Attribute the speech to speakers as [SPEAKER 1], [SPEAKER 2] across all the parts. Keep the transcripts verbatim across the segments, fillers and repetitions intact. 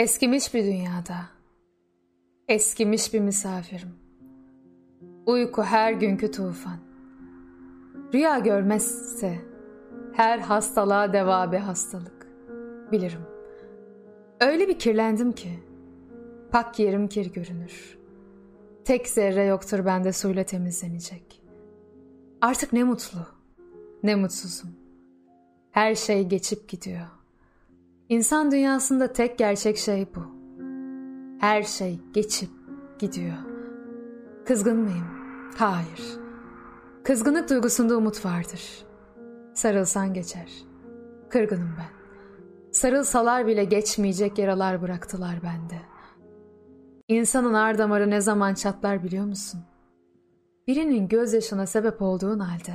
[SPEAKER 1] Eskimiş bir dünyada, eskimiş bir misafirim. Uyku her günkü tufan. Rüya görmezse her hastalığa deva bir hastalık. Bilirim. Öyle bir kirlendim ki pak yerim kir görünür. Tek zerre yoktur bende suyla temizlenecek. Artık ne mutlu, ne mutsuzum. Her şey geçip gidiyor. İnsan dünyasında tek gerçek şey bu. Her şey geçip gidiyor. Kızgın mıyım? Hayır. Kızgınlık duygusunda umut vardır. Sarılsan geçer. Kırgınım ben. Sarılsalar bile geçmeyecek yaralar bıraktılar bende. İnsanın ar damarı ne zaman çatlar biliyor musun? Birinin gözyaşına sebep olduğun halde,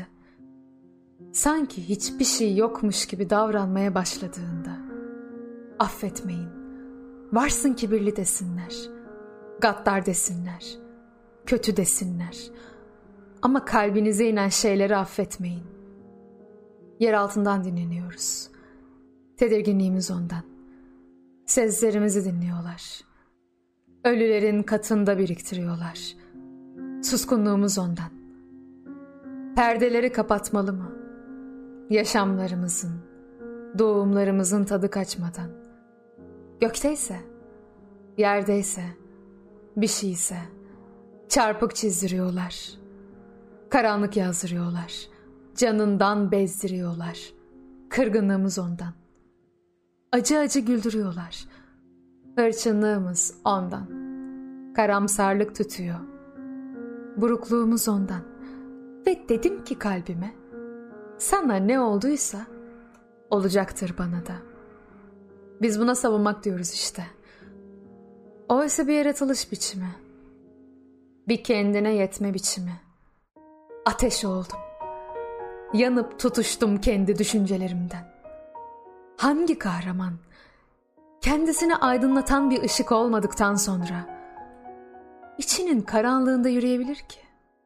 [SPEAKER 1] sanki hiçbir şey yokmuş gibi davranmaya başladığında. Affetmeyin. Varsın kibirli desinler. Gaddar desinler. Kötü desinler. Ama kalbinize inen şeyleri affetmeyin. Yer altından dinleniyoruz. Tedirginliğimiz ondan. Seslerimizi dinliyorlar. Ölülerin katında biriktiriyorlar. Suskunluğumuz ondan. Perdeleri kapatmalı mı? Yaşamlarımızın, doğumlarımızın tadı kaçmadan. Gökteyse, yerdeyse, bir şeyse çarpık çizdiriyorlar. Karanlık yazdırıyorlar. Canından bezdiriyorlar. Kırgınlığımız ondan. Acı acı güldürüyorlar. Hırçınlığımız ondan. Karamsarlık tutuyor. Burukluğumuz ondan. Ve dedim ki kalbime, sana ne olduysa olacaktır bana da. Biz buna savunmak diyoruz işte. Oysa bir yaratılış biçimi. Bir kendine yetme biçimi. Ateş oldum. Yanıp tutuştum kendi düşüncelerimden. Hangi kahraman kendisini aydınlatan bir ışık olmadıktan sonra içinin karanlığında yürüyebilir ki?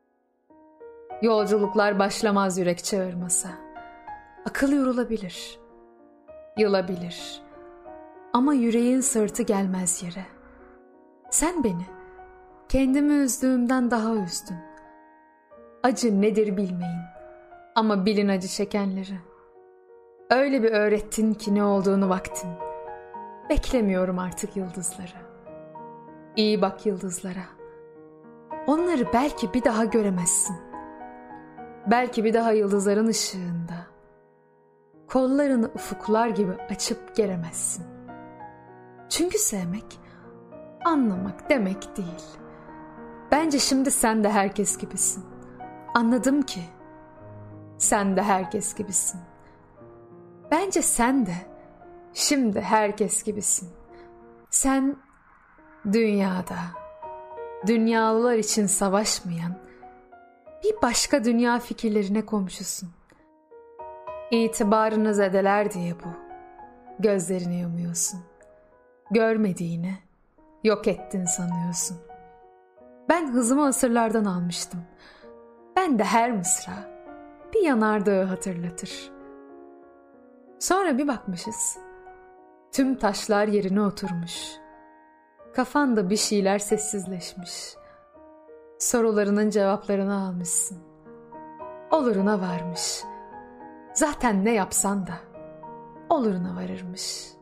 [SPEAKER 1] Yolculuklar başlamaz yürek çağırmasa. Akıl yorulabilir, yılabilir. Ama yüreğin sırtı gelmez yere. Sen beni kendimi üzdüğümden daha üzdün. Acı nedir bilmeyin ama bilin acı çekenleri. Öyle bir öğrettin ki ne olduğunu vaktin. Beklemiyorum artık yıldızları. İyi bak yıldızlara. Onları belki bir daha göremezsin. Belki bir daha yıldızların ışığında kollarını ufuklar gibi açıp geremezsin. Çünkü sevmek, anlamak demek değil. Bence şimdi sen de herkes gibisin. Anladım ki sen de herkes gibisin. Bence sen de şimdi herkes gibisin. Sen dünyada, dünyalılar için savaşmayan bir başka dünya fikirlerine komşusun. İtibarını zedeler diye bu. Gözlerini yumuyorsun. Görmediğini yok ettin sanıyorsun. Ben hızımı asırlardan almıştım. Ben de her mısra bir yanardağı hatırlatır. Sonra bir bakmışız. Tüm taşlar yerine oturmuş. Kafanda bir şeyler sessizleşmiş. Sorularının cevaplarını almışsın. Oluruna varmış. Zaten ne yapsan da oluruna varırmış.